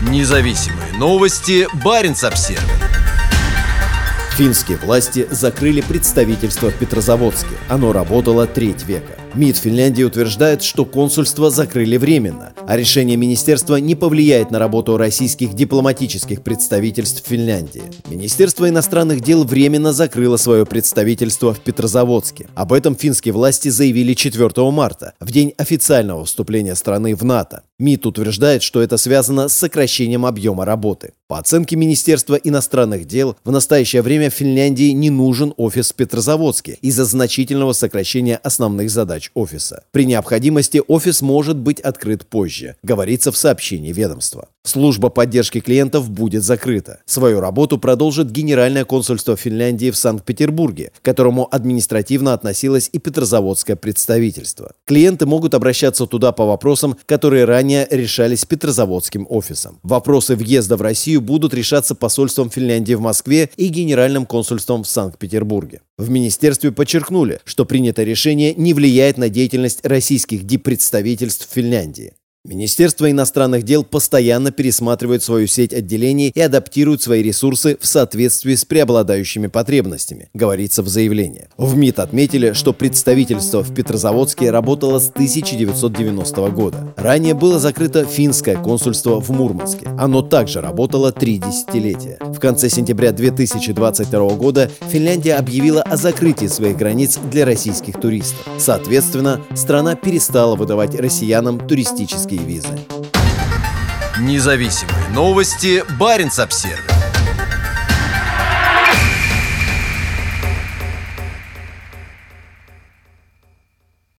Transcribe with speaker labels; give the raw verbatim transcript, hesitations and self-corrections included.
Speaker 1: Независимые новости. Баренц-Обсервис.
Speaker 2: Финские власти закрыли представительство в Петрозаводске. Оно работало треть века. МИД Финляндии утверждает, что консульство закрыли временно, а решение министерства не повлияет на работу российских дипломатических представительств в Финляндии. Министерство иностранных дел временно закрыло свое представительство в Петрозаводске. Об этом финские власти заявили четвёртого марта, в день официального вступления страны в НАТО. МИД утверждает, что это связано с сокращением объема работы. По оценке Министерства иностранных дел, в настоящее время в Финляндии не нужен офис в Петрозаводске из-за значительного сокращения основных задач офиса. При необходимости офис может быть открыт позже, говорится в сообщении ведомства. Служба поддержки клиентов будет закрыта. Свою работу продолжит Генеральное консульство Финляндии в Санкт-Петербурге, к которому административно относилось и Петрозаводское представительство. Клиенты могут обращаться туда по вопросам, которые ранее решались Петрозаводским офисом. Вопросы въезда в Россию будут решаться посольством Финляндии в Москве и Генеральным консульством в Санкт-Петербурге. В министерстве подчеркнули, что принятое решение не влияет на деятельность российских диппредставительств в Финляндии. Министерство иностранных дел постоянно пересматривает свою сеть отделений и адаптирует свои ресурсы в соответствии с преобладающими потребностями, говорится в заявлении. В МИД отметили, что представительство в Петрозаводске работало с тысяча девятьсот девяностого года. Ранее было закрыто финское консульство в Мурманске. Оно также работало три десятилетия. В конце сентября две тысячи двадцать второго года Финляндия объявила о закрытии своих границ для российских туристов. Соответственно, страна перестала выдавать россиянам туристические визы.
Speaker 1: Независимые новости. Баренц-Обсервис.